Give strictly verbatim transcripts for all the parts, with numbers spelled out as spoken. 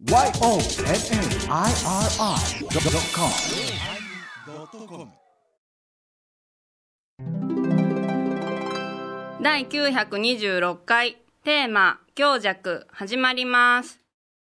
ワイオーエヌエヌアイアールアイドットコムだいきゅうひゃくにじゅうろっかいテーマ強弱始まります。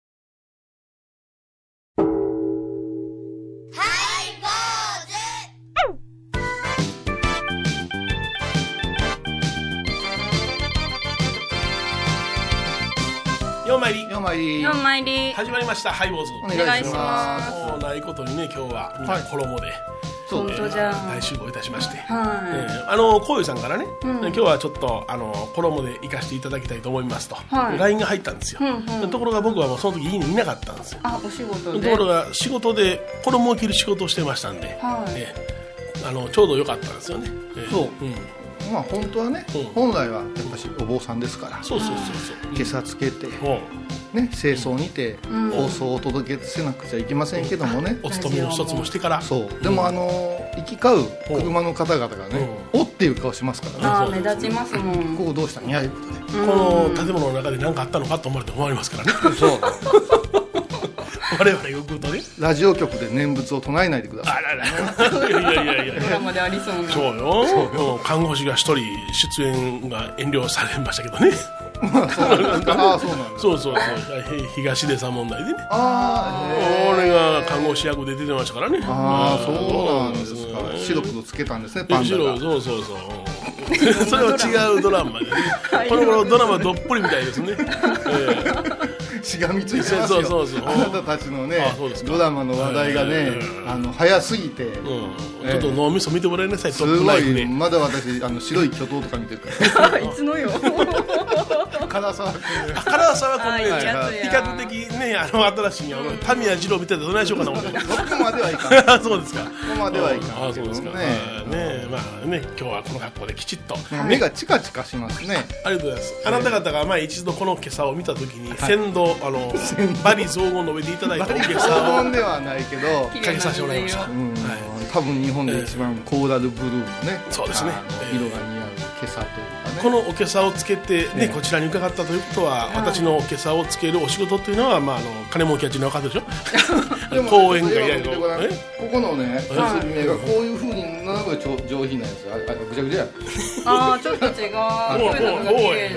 よんまいりよんまいりよんまいり始まりました。ハイボーズお願いします。 もうないことにね、今日はみんな衣で、はい、 本当じゃ、 えー、大集合いたしまして、 はいえー、あのこういうさんからね、うん、今日はちょっとあの衣で行かせていただきたいと思いますと、はい、ライン が入ったんですよ、うんうん、ところが僕はもうその時家にいなかったんですよ。 あ、お仕事で。 ところが仕事で衣を着る仕事をしてましたんで、はい、えー、あのちょうど良かったんですよね、えー、 そう、うん、まあ本当はね、うん、本来はやっぱしお坊さんですから、 そうそうそうそう、 今朝つけて、 うんね、清掃にて放送をお届けせなくちゃいけませんけどもね、 お勤めの一つもしてから、 そうでも、うん、あの行き交う車の方々がね、うん、おっていう顔しますからね。 あ、目立ちますもん。 ここどうしたんやいうことで、 この建物の中で何かあったのかと思われて思われますからね。 そう我々が来るとね、 ラジオ局で念仏を唱えないでください。 あららいやいやいやいや、 ドラマでありそうな。 そうよ、そうよ、看護師が一人出演が遠慮されましたけどね。 まあそうなんですか。ああ、そうなんです。 そうそうそう、東出さん問題でね。 ああ、 俺が看護師役で出てましたからね。 ああ、そうなんですか。白黒つけたんですね、パンダが。 そうそうそうそれは違うドラマでね。この頃ドラマどっぷりみたいですね。 しがみついてますよ。 そうそうそう、 あなたたちのねドラマの話題がね、あの早すぎて、うん、 ちょっと脳みそ見てもらいなさい。 すごい、まだ私あの白い巨塔とか見てるから。 いつのよ。 唐沢君。 唐沢君ね、比較的ね、あの新しいあの田宮二郎見ててどないしようかな思って。 そこまではいかん。 そうですか。 そこまではいかん。 あ、そうですか。ね、まあね、今日はこの格好できちっと。 目がチカチカしますね。 ありがとうございます。あなた方が前一度この今朝を見たときに先導あのバリ雑言述べていただいたお今朝を。 雑言ではないけどかけさせてもらいました。 多分日本で一番コーラルブルーのね、 そうですね、 色が似合う今朝というかね。 このおけさをつけて、ね、こちらに伺ったということは、私のおけさをつけるお仕事っていうのは、まあ、あの金儲けはちの分かるでしょ。講演会やるの、 ここのね結び目がこういうふうになると上品なんですよ。あれぐちゃぐちゃや。 ああ、ちょっと違う。 おいおい、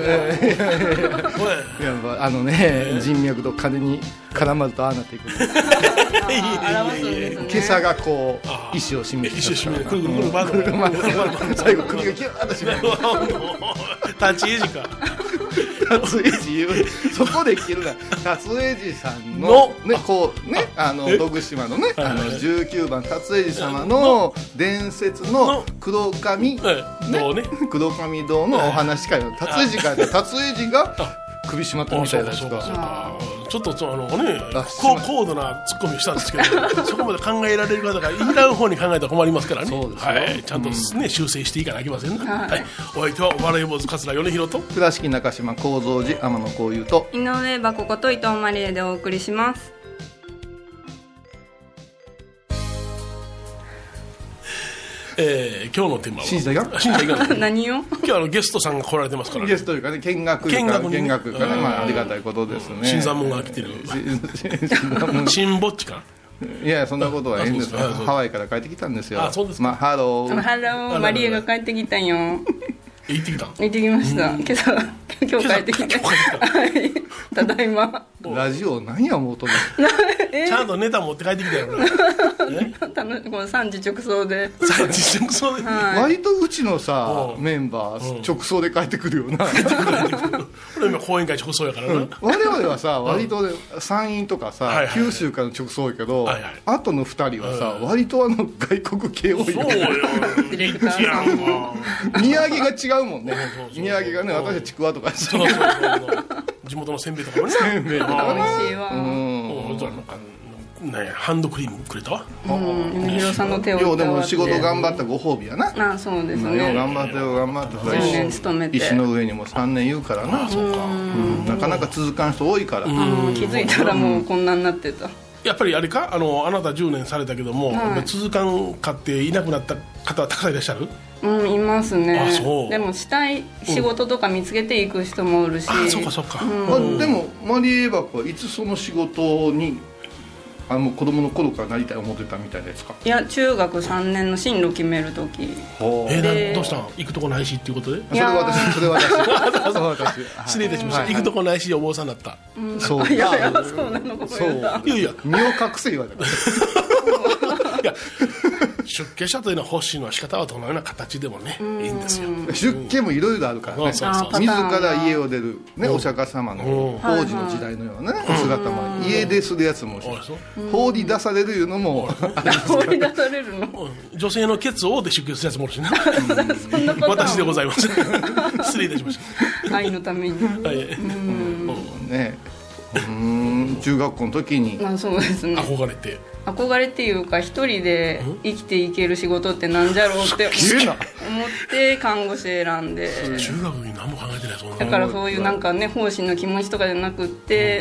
あのね、人脈と金に絡まるとああなっていく。今朝がこう意思を示してますから。 くるくるくるくる回る。 最後首がキュッと締める。 立ち絵師か。 達英寺、そこで聞けるな。達英寺さんのね、こうね、あの徳島のね、あのじゅうきゅうばん達英寺様の伝説の黒神ね、黒神堂のお話会の達英寺から達英寺が首絞まったみたいですか。 ちょっとあのね、高度なツッコミをしたんですけど、そこまで考えられる方がいらん方に考えたら困りますからね。はい、ちゃんとね修正していかなきゃいけませんね。はい、お相手はお笑い坊主桂米広と倉敷中島幸三寺天野幸雄と井上箱こと伊藤マリエでお送りします。 えー、今日のテーマは審査が審査が何を今日はあのゲストさんが来られてますから、ね、 ゲストというかね、見学見学見学から、まあ、ありがたいことですね。 新参者が来てる新ぼっちか。 いや、そんなことはええんですよ。ハワイから帰ってきたんですよ。 あ、そうですか。 まあ、ハローハロー、マリエが帰ってきたんよ。 行ってきた行ってきました。今朝今日帰ってきて、ただいま。 ラジオ何や思うとね。 ちゃんとネタ持って帰ってきたよね。 この三時直送で三時直送で、 割とうちのさメンバー直送で帰ってくるよな。帰ってくる帰ってくる。これ今講演会直送やからな。我々はさ割と山陰とかさ九州からの直送やけど、あとの二人はさ割とあの外国系多いよ。そうよ。 ディレクターさんも宮城が違うもんね。宮城がね、私はちくわとかしてそうそうそう地元のせんべいとかもね、 せんべいとか美味しいわ。 ね、ハンドクリームくれたわ。 米広さんの手をようでも仕事頑張ったご褒美やな。 あ、そうですね。 よう頑張ってよう頑張ってさんねん勤めて石の上にもさんねん言うからな。そうか、なかなか続かん人多いから、気づいたらもうこんなになってた。 やっぱりあれか、あのあなたじゅうねんされたけども、続かんかっていなくなった方はたくさんいらっしゃる。 うん、いますね。 あ、そう。 でもしたい仕事とか見つけていく人もおるし、 あ、そうかそうか、 あでもマリエバクはいつその仕事にあの子供の頃からなりたい思ってたみたいですか？ いや中学さんねんの進路決める時えー、 でなどうしたん、行くとこないしっていうことで。 それ私それ私それ私失礼いたしました、 はい行くとこないしお坊さんだった、 うん、 そういやいやそうなのここそうやいやいや身を隠せ言われたいや出家者というのは奉仕の仕方はどのような形でもねいいんですよ。 出家もいろいろあるからね、 そうそうそう自ら家を出る、ね、 うんお釈迦様のうん法事の時代のような、ね、お姿も家出するやつもあそう法に出されるいうのも放り出されるのうん女性のケツをで出家するやつもおるしなそんなこと私でございます失礼いたしまし愛のためにた、はい、 ねうーん中学校の時にまあそうですね、 憧れて憧れっていうか一人で生きていける仕事ってなんじゃろうってきれいな思って看護師選んで、 中学に何も考えてないそんなだからそういうなんかね奉仕の気持ちとかじゃなくって、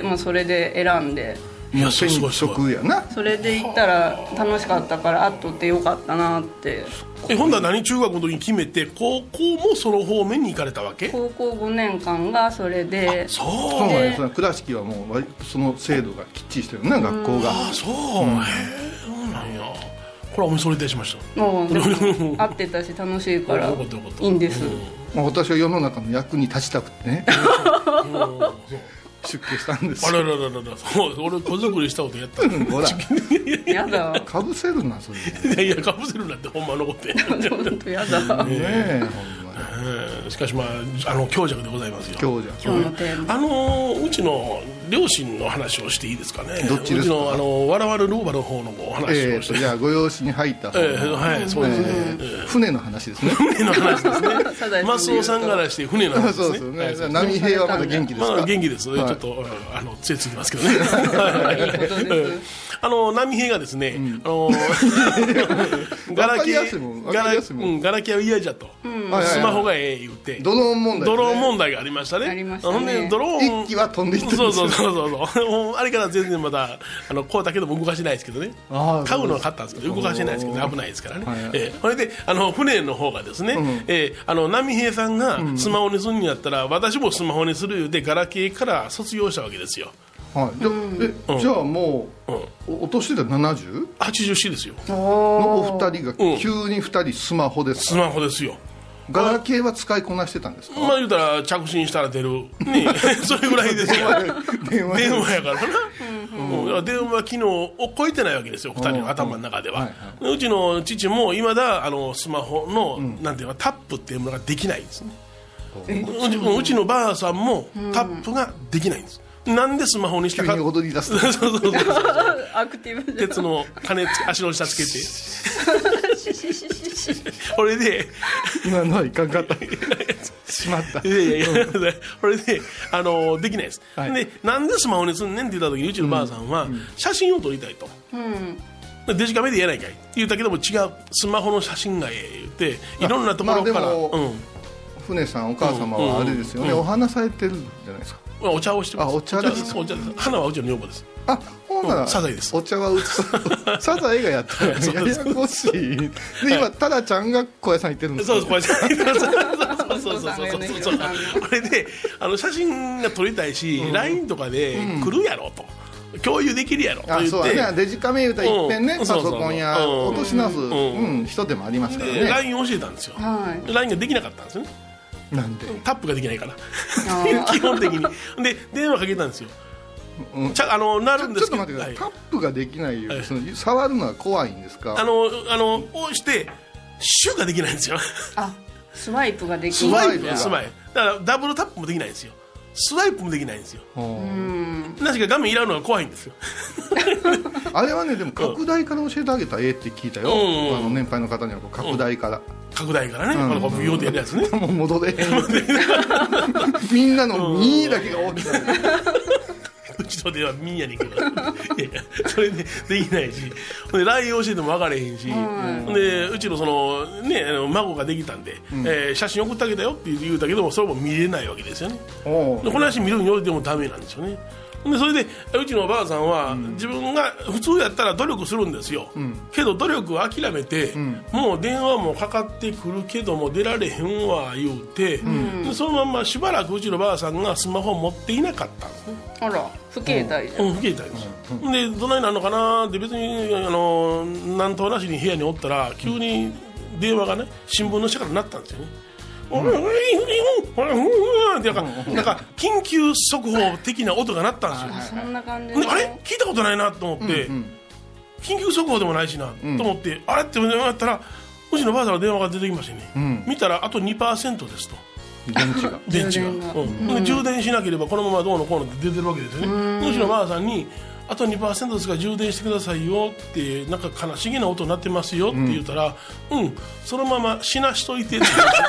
まあ、それで選んでいやすごいすごいすごい職やなそれで行ったら楽しかったからあっとってよかったなって。 えほんだら何中学の時に決めて高校もその方面に行かれたわけ？ 高校ごねんかんがそれでそうそうなんですね倉敷はもう割とその制度がきっちりしてるね学校があそう、うん、へえそうなんや。これはお見それいたしましたもうでも合ってたし楽しいからいいんです、 まあ、私は世の中の役に立ちたくてね出家したんですよ。 あらららららそう俺子作りしたことやったほらやだかぶせるなそれいやいやかぶせるなんてほんまのことや本当やだねえほんまにえーしかしまああの強弱でございますよ。 強弱今日のテーマあのうちの両親の話をしていいですかね。 どっちですか？ うちのあのわらわるルーバの方のお話えーをして、 とじゃあご養子に入った方の、 えーはいそうですね、 えー船の話ですね船の話ですねサザエさんで言うとマスオさんからして船の話ですね。 そうですよね、 はいそうです波平はまだ元気ですか？ まあ元気です、 はいちょっとあの杖つきますけどねはいいいことですあの波平がですね、あのガラケわかりやすいもんーわかりやすいもんうんガラケーは嫌じゃと、 はいはいはいスマホがええ言うてドローン問題ですね、 ドローン問題がありましたね。 ありましたねほんでドローン一機は飛んでいってるんですよそうそうそうそうそうもうあれから全然まだあのこうだけども動かしてないですけどね。 あー買うのは買ったんですけど動かしてないですけど危ないですからね。 はいはいえーそれであの船の方がですね、 んえーあの波平さんがスマホにするんやったら、私もスマホにする言うてガラケーから卒業したわけですよ。 はい、じゃ,、えじゃあもう、おお年でななじゅうはちじゅうよんですよ。 のお二人がうん急に二人スマホですか、 スマホですよ。 ガラケーは使いこなしてたんですか？ まあ言うたら着信したら出るねそれぐらいですよ。 電話電話やからな、うん電話機能を超えてないわけですよ、ふたりの頭の中では、 はいはうちの父もいまだあのスマホの、なんていうかタップっていうものができないんですね。うちうちのばあさんもタップができないんです、なんでスマホにしたか急に踊り出すそうそうそうそうアクティブじゃん鉄の金つ足の下つけてこれで今のはいかんかったしまったいやいやいや、これで、あのできないです、 はいでなんでスマホにすんねんって言った時にうちのばあさんは、写真を撮りたいと、デジカメでやないかいって言ったけども違うスマホの写真がええ言っていろんなところから、 まあでもうん船さんお母様はあれですよね、 うんうんお花されてるじゃないですか。 お茶をしてます。 あお茶ですかお茶です。花はうちの女房です。 あほんなら、 うんサザエですお茶はうつサザエがやったらややこしいで今タラちゃんが小屋さん行ってるんですそうです、これ。そうそうそうお父さんがそうそう米そう。 広さんのこれで、あの写真が撮りたいし、ライン とかで来るやろと。共有できるやろと言って。 あそうだねデジカメ言うたらいっぺんね、 うんパソコンやうん落としなす、 うんうん人でもありますからでね。 ライン 教えたんですよ。 はいライン ができなかったんですよね。 なんでタップができないから。 あー基本的に。で、電話かけたんですよ。 うんちゃあのなるんですちょっとけど。 待ってください、 はいタップができないよ、 はいその触るのは怖いんですか？ あの、あの、押して、シューができないんですよ。 あスワイプができスるワイプが、 スワイプがスワイプ。だから、ダブルタップもできないんですよ。スワイプもできないんですよ。 うんなぜか画面いらんのが怖いんですよ。 あれはねでも拡大から教えてあげたらええって聞いたよ、 うんあの年配の方にはこう拡大から、 拡大からね、 うんこのビヨーってやるやつね。 もう戻れへんみんなのにだけが大きくなるうちちの電話みんやねんけどいやいやそれでできないし、ほんで ライン 教えても分かれへんし、ほんでうちのその、ね、あの孫ができたんで、うん、えー、写真送ってあげたよって言うたけども、それも見れないわけですよね。でこの話見るよりでもダメなんですよね。でそれでうちのおばあさんは、うん、自分が普通やったら努力するんですよ、うん、けど努力を諦めて、うん、もう電話もかかってくるけども出られへんわ言うて、うん、でそのまましばらくうちのばあさんがスマホを持っていなかったんですね。 あら不携帯じゃん、 うん、不携帯です、うん、でどないなるのかなって別にあのなんとなしに部屋におったら急に電話がね新聞の下から鳴ったんですよね。うんうんうんうん、なんかなんか緊急速報的な音が鳴ったんですよ。 そんな感じであれ聞いたことないなと思って、うんうん、緊急速報でもないしな、うん、と思ってあれってやったらうちのばあさんの電話が出てきましてね、うん、見たらあと にパーセント ですと。 電池が電池が、うん、で充電しなければこのままどうのこうのって出てるわけですよね。うちのばあさんにあと にパーセント ですから充電してくださいよってなんか悲しげな音になってますよって言ったら、うん、うん、そのまま死なしといてって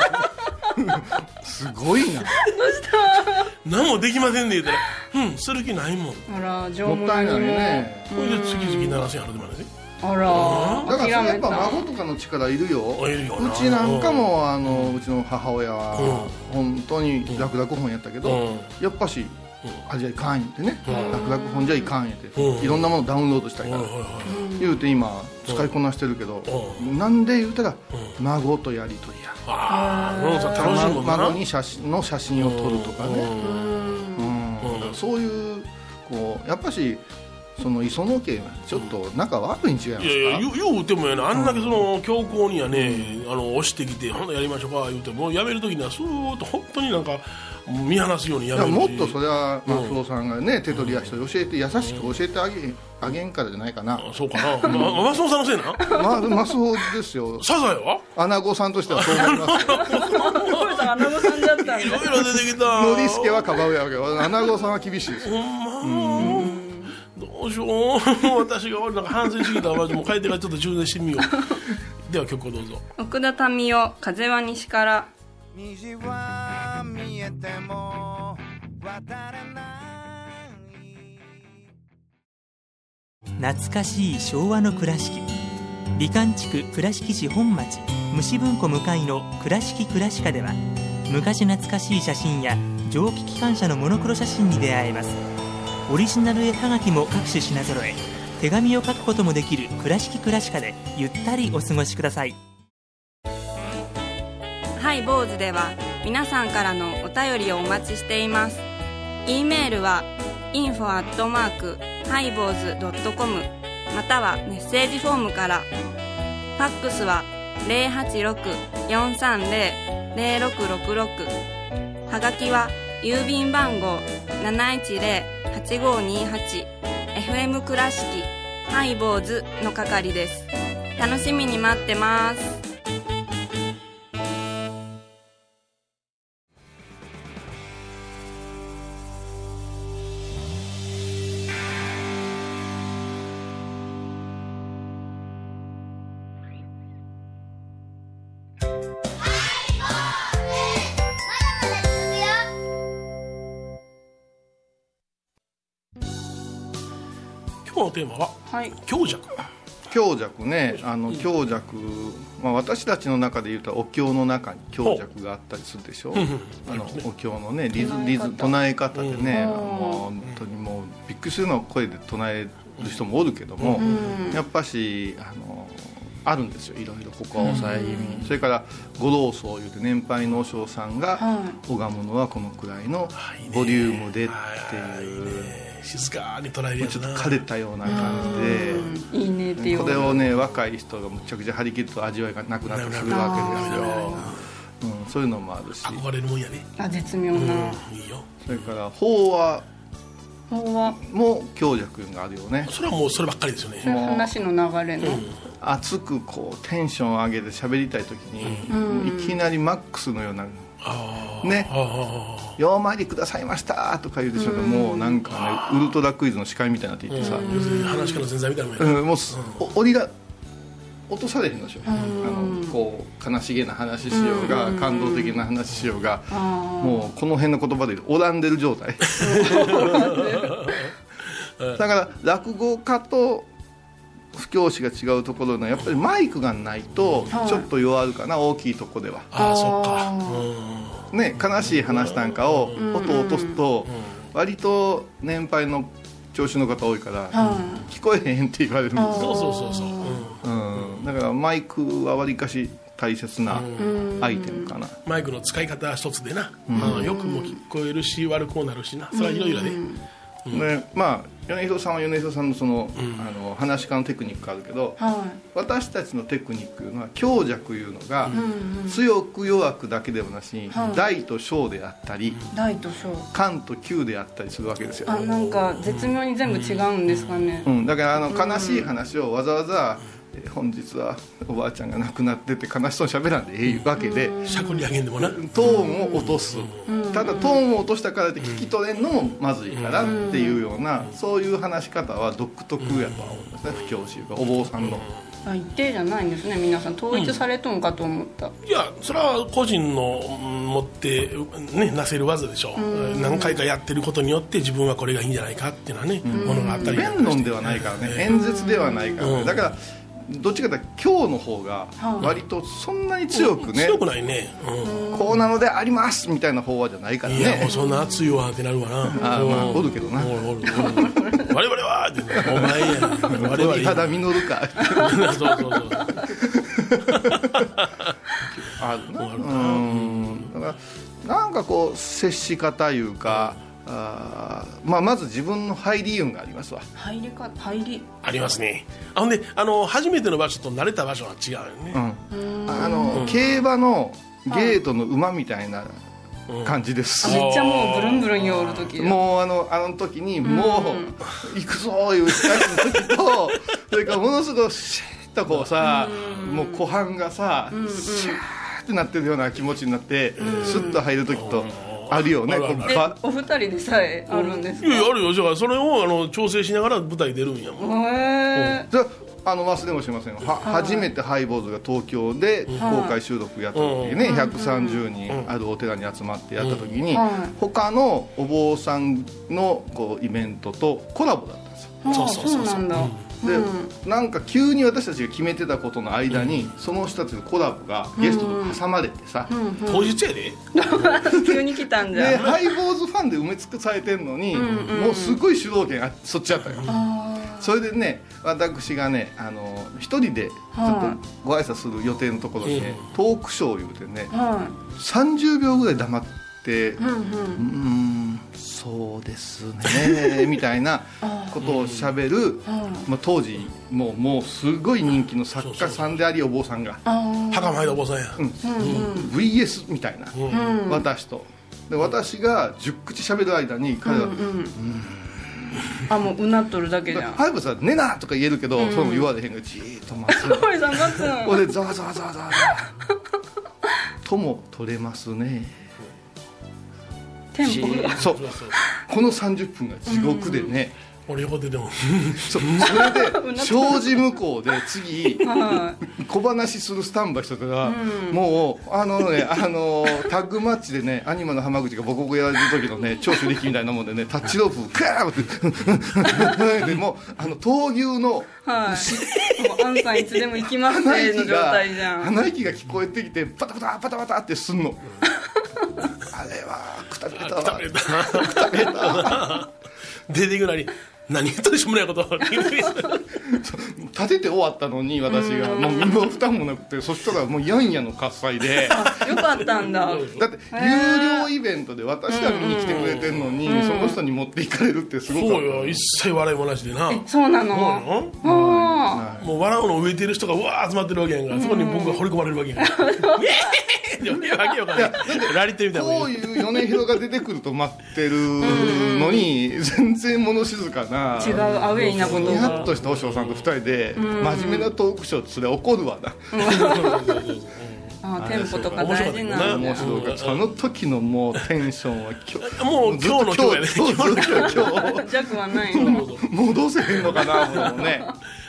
すごいな。どうした何もできませんね言ったら、うん、する気ないもん。 あら縄文もったいないね。 これで次々ななせんえん払ってもらうね。 あら、 だからそれやっぱ孫とかの力いるよ。 いるようちなんかもあのうちの母親は本当に楽々本やったけど、やっぱしあじゃあいかん言ってね、楽々本じゃいかん言って、いろんなものダウンロードしたいから言うて今使いこなしてるけど、なんで言うたら孫とやりとりや。 ああ、楽しいもんな。 孫に写真の写真を撮るとかね、うん、そういうこうやっぱしその磯野家はちょっと仲悪いん違いますか。いやいや、言うてもやな、あんだけその強硬にはね、うん、あの押してきてほんとやりましょうか言うてもうやめる時にはスーッと本当になんか見放すようにやめるし。 もっとそれは松尾さんがね、うん、手取り足取り教えて優しく教えてあげ、あげんからじゃないかな。 そうかな、ま、松尾さんのせいな。 ま、松尾ですよ。 サザエは穴子さんとしてはそう思いますよ。 穴子さんだったんだ。 いろいろ出てきた。 ノリスケはかばうやけど穴子さんは厳しいですよ。ほんま、うん、 どうしよう私が俺なんか反省しすぎたらもう帰ってからちょっと充電してみよう。では曲をどうぞ。 奥田民生、風は西から。 虹は見えても渡らない。 懐かしい昭和の倉敷、美観地区倉敷市本町虫文庫向かいの倉敷倉歯科では、昔懐かしい写真や蒸気機関車のモノクロ写真に出会えます。オリジナル絵はがきも各種品揃え、手紙を書くこともできる倉敷倉歯科でゆったりお過ごしください。 ハイボーズでは皆さんからのお便りをお待ちしています。 E メールは インフォ アットマーク ハイボーズ ドットコム またはメッセージフォームから。ファックスは ゼロはちろく よんさんゼロ ゼロろくろくろく、 はがきは郵便番号 なないちゼロ はちごにはち エフエム 倉敷ハイボーズの係です。楽しみに待ってます。 今日のテーマは、はい、強弱。 強弱ね、あの強弱、まあ、私たちの中で言うとお経の中に強弱があったりするでしょ。あのお経のねリズリズ唱え方でね、もう本当にもうびっくりするのは声で唱える人もおるけども、やっぱしあのあるんですよ、いろいろ。ここは抑え気味、それからご老僧いうて年配の和尚さんが拝むのはこのくらいのボリュームでっていう、 静かに捉えるやつな、 ちょっと枯れたような感じで、 いいねっていう、 これをね若い人がむちゃくちゃ張り切ると味わいがなくなってくるわけですよ。うん、そういうのもあるし、 憧れるもんやね。 あ、絶妙な、うん、 いいよ。 それから法話法話も強弱があるよね。 それはもうそればっかりですよね。 話の流れの、うん、 熱くこうテンションを上げて喋りたい時に、うん、いきなりマックスのようなね、よう参りくださいましたとか言うでしょうけど、もうなんかねウルトラクイズの司会みたいになっていってさ、 話から前座みたいな、 うん、もう折りが落とされへんのでしょ。あのこう悲しげな話しようが感動的な話しようが、もうこの辺の言葉で拝んでる状態だから落語家と布教師が違うところのやっぱりマイクがないとちょっと弱るかな、大きいとこでは。 ああそっか、 うん、ね、悲しい話なんかを音を落とすと割と年配の聴衆の方多いから聞こえへんって言われるんですよ。 そうそうそうそう、 うん、だからマイクはわりかし大切なアイテムかな。 マイクの使い方一つでな、うん、よくも聞こえるし悪くもなるしな、それはいろいろで、 うんでまあ、米広さんは米広さんのその、うん、あの話し家のテクニックがあるけど、はい、私たちのテクニックいうのは強弱いうのが、うん、強く弱くだけでもなし、はい、大と小であったり、 大と小、 間と急であったりするわけですよ。 あ、なんか絶妙に全部違うんですかね、 うんうん、だからあの悲しい話をわざわざ、うん、本日はおばあちゃんが亡くなってて悲しそうに喋らんでええわけで、 尺にあげんでもな、 トーンを落とす、ただトーンを落としたからって聞き取れんのもまずいからっていうような、そういう話し方は独特やとは思いますね、布教師がお坊さんの。 あ、一定じゃないんですね、皆さん統一されとんかと思った、 うん、いやそれは個人の持って、ね、なせる技でしょう、うん、何回かやってることによって自分はこれがいいんじゃないかっていうのはね、うん、ものがあったり弁論ではないからね、演説ではないからね、うん、だからどっちかというと今日の方が割とそんなに強くね、うん、 強くないね、 うん、こうなのでありますみたいな方はじゃないからね。 いやもうそんな熱いわってなるわな。 あ、まあおるけどな、 おるおる我々はって、ね、お前や我々 ただ実るかそうそうそうあるな、うん、だからなんかこう接し方いうか、あ、まあ、まず自分の入り運がありますわ。 入りか入りありますね。あほんであの初めての場所と慣れた場所は違うよね、 うん、あの、うん、競馬のゲートの馬みたいな感じです、 うん、めっちゃもうブルンブルンよる時もうあのあの時にもう行くぞいうスタイルの時とそれからものすごいシーッとこうさ、もう湖畔がさ、うんうん、シャーってなってるような気持ちになってスッと入る時とあるよね。 えお二人でさえあるんですか？ いやいやあるよ。だからそれをあの調整しながら舞台出るんやもん。 へえ。じゃあの忘れもしませんよ。は初めてハイボーズが東京で公開収録やった時にね、ひゃくさんじゅうにんあるお寺に集まってやった時に、他のお坊さんのこうイベントとコラボだったんですよ。 そうそうそうそう。 で、うん、なんか急に私たちが決めてたことの間に、うん、その人たちのコラボがゲストと挟まれてさ、うんうん、 当日やで急に来たんじゃでハイボーズファンで埋め尽くされてんのに、うんうん、もうすごい主導権あそっちやったよ、うん、それでね私がねあの一人でちょっとご挨拶する予定のところにね、うん、トークショーを言うてね、うん、さんじゅうびょうぐらい黙ってうん、うん、うーんそうですねみたいなことをしゃべる、まあ、当時もう、もうすごい人気の作家さんでありお坊さんが墓参りお坊さんや、 うんうん、ブイエス みたいな、うん、私とで私がじゅっくちしゃべる間に彼は、うんうんうん、 あもううなっとるだけじゃん。 ハイブさ寝なとか言えるけど、うん、それも言われへんがじーっと待つのおいさん待つの俺ザワザワザワザワとも取れますねテンポそうこのさんじゅっぷんが地獄でね、 うん、俺横ででもそうそれで障子向こうで次小話するスタンバイしてたら、うん、もうあのねあのタッグマッチでねアニマの浜口がボコボコやられる時のね長州力みたいなもんでねタッチロープクーってでもあの闘牛の牛、はい、もうアンさんいつでも行きますねの状態じゃん。 鼻息が聞こえてきてパタパタパタパタってすんのあれはくたびれたわくたびれた出ていくなり何言ったでしょうもないこと立てて終わったのに私がもう身も蓋もなくてそしたらもうやんやの喝采でよかったんだ。だって有料イベントで私が見に来てくれてるのに、うん、その人に持っていかれるってすごくそうよ一切笑いもなしでな。 そうなの、 うん、もう笑うの植えてる人がうわー集まってるわけやんか、うん、そこに僕が掘り込まれるわけやんかいやわけよかんないラリテみたいなこういう米広が出てくると待ってるのに全然物静かな違うアウェイなことがニヤッとした和尚さんとふたりで真面目なトークショーってそれ怒るわなあテンポとか大事なん面白いからその時のもうテンションはもう今日の今日やね今日弱はないの戻せへんのかなもうね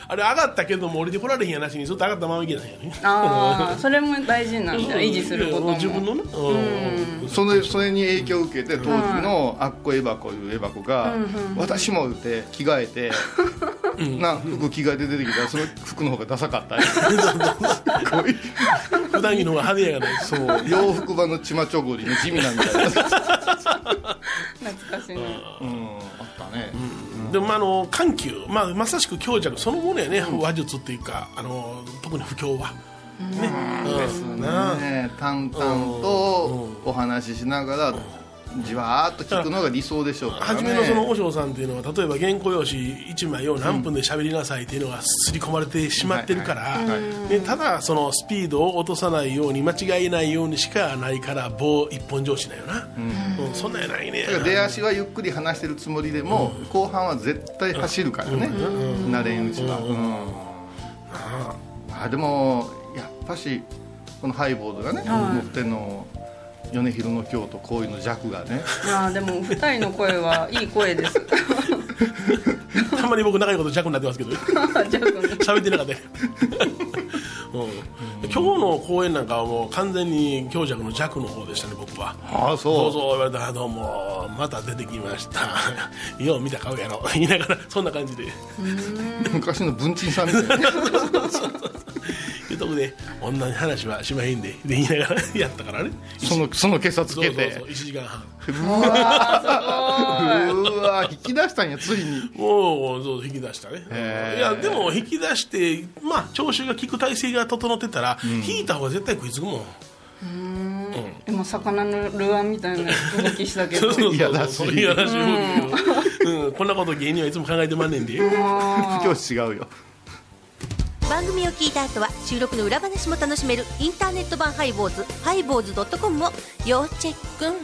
あれ上がったけども降りてこられへんやなしにずっと上がったままいけないよね。 ああそれも大事なんだ、維持することも。 自分のね、うん、 それそれに影響を受けて当時のあっこエバコいうエバコが、うん、私も言って着替えて、うん、な服着替えて出てきたらその服の方がダサかったりすごい普段着の方が派手やがない。 そう洋服版のチマチョゴリの地味なみたいな懐かしいね、 うん、あったね、 うん、でも、まあ、あの緩急、まあ、まさしく強弱そのものやね、うん、話術っていうかあの特に不況はね、うん、ですね、淡々とお話ししながらじわーっと聞くのが理想でしょうからね。 初めのその和尚さんっていうのは例えば原稿用紙いちまいを何分で喋りなさいっていうのが刷り込まれてしまってるから、ね、ただそのスピードを落とさないように間違えないようにしかないから棒一本上司だよな、うんうん、そんなんやないね。 だから出足はゆっくり話してるつもりでも、うん、後半は絶対走るからね、うん、慣れんうちは、うんうん、ああでもやっぱしこのハイボードがね、持ってるの米広の京都こういうの弱がね。 あでもふたりの声はいい声ですたまに僕仲いいこと弱になってますけど喋ってなかった、うんうん、今日の公演なんかはもう完全に強弱の弱の方でしたね僕は。 ああそうそうそう言われた。どうもまた出てきましたよう見た顔やろ言いながらそんな感じで昔の文鎮さんみたいないうとこで女に話はしまへんでで言いながらやったからね。 そのその今朝つけてそうそうそういちじかんはんうわうわ引き出したんやついに。 もうそう引き出したね。いやでも引き出してまあ聴衆が聞く体制が整ってたら、うん、引いた方が絶対食いつくもん。うーん、うん、でも魚のルアーみたいな動きしたけどそうそうそうそういやらしい動き、うんうん、こんなこと芸人はいつも考えてまんねんで不教師違うよ。 番組を聞いた後は収録の裏話も楽しめるインターネット版ハイボーズハイボーズドットコムを要チェック。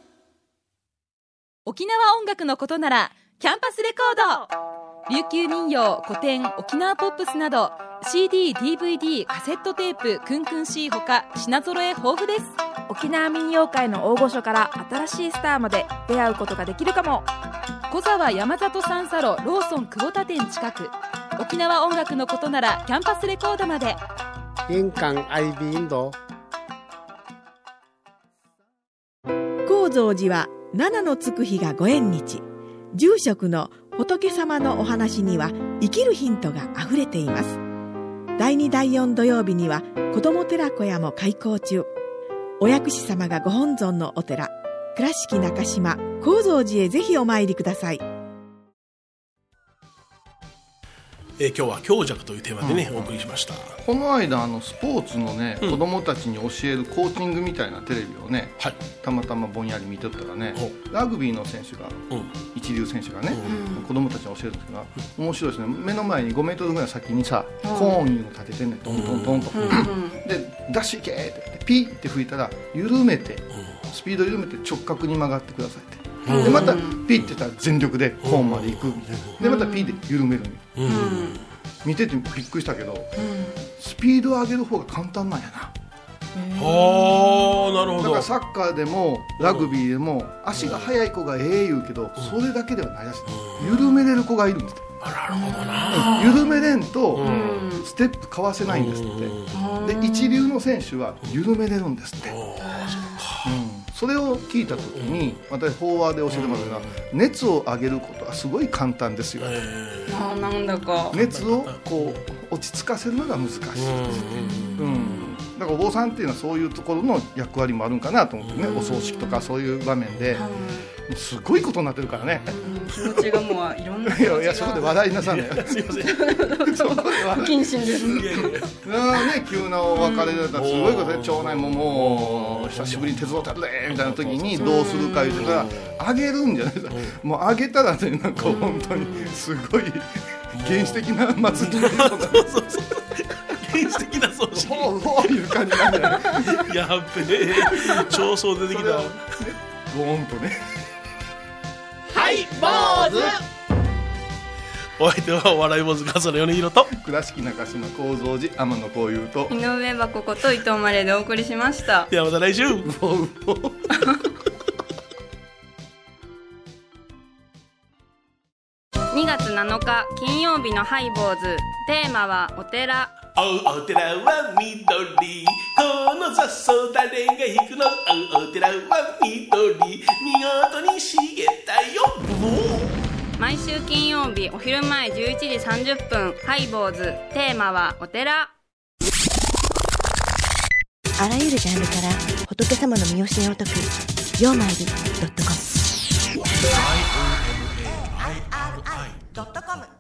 沖縄音楽のことならキャンパスレコード、琉球民謡、古典、沖縄ポップスなど シーディー、ディーブイディー、カセットテープ、クンクン C ほか品揃え豊富です。 沖縄民謡界の大御所から新しいスターまで出会うことができるかも。 小沢山里三佐路ローソン久保田店近く。沖縄音楽のことならキャンパスレコードまで。 印鑑アイビーインド高蔵寺は七のつく日がご縁日。住職の仏様のお話には生きるヒントがあふれています。だいにだいよん土曜日には子ども寺小屋も開校中。お薬師様がご本尊のお寺倉敷中島・高蔵寺へぜひお参りください。 えー、今日は強弱というテーマでね、うん、お送りしました。 この間あのスポーツのね、うん、子供たちに教えるコーチングみたいなテレビをね、はい、たまたまぼんやり見てたらね、ラグビーの選手が、うん、一流選手がね、うん、子供たちに教えるんですが面白いですね。目の前にごメートルぐらい先にさ、うん、コーンいうの立ててんねん、トントントンと、うん、でダッシュいけってピッて吹いたら緩めて、スピード緩めて直角に曲がってくださいって、でまたピッてたら全力でコーンまで行くみたいな、でまたピッて緩めるんよ、うん、見ててびっくりしたけど、うん、スピードを上げる方が簡単なんやな。 はあ、なるほど。 だからサッカーでもラグビーでも足が速い子がええ言うけど、それだけではないらしい。緩めれる子がいるんですって。 あ、なるほどな。 緩めれんとステップかわせないんですって。で一流の選手は緩めれるんですって。それを聞いた時に私法話で教えてもらったのは、熱を上げることはすごい簡単ですよ、 あなんだか熱をこう落ち着かせるのが難しいです、うん、だからお坊さんっていうのはそういうところの役割もあるんかなと思ってね、お葬式とかそういう場面ですごいことになってるからね、 気持ちがもういろんな気持ちがいやいやそこで笑いなさんねすいませんそこで不謹慎ですね、急なお別れだったらすごいことで、町内ももう久しぶりに手伝ったるでみたいな時にどうするか言うてたらあげるんじゃないですか。もうあげたらね、なんか本当にすごい原始的な祭りのようなそうそうそう原始的な葬式ほうほういう感じなんじゃないやっべえ超相出てきたわボーンとねはい坊主。お相手はお笑い坊主桂米広と倉敷中島高蔵寺天野幸雄と井上箱こと伊藤マレーでお送りしました。 ではまた来週にがつなのか金曜日のハイボーズ、テーマはお寺。 お寺は緑、この雑草誰が引くの。お寺は緑、見事に茂ったよ。 毎週金曜日お昼前じゅういちじさんじゅっぷん、ハイボーズ、テーマはお寺。 あらゆるジャンルから仏様の身教えを説くようまいり .com ドットコム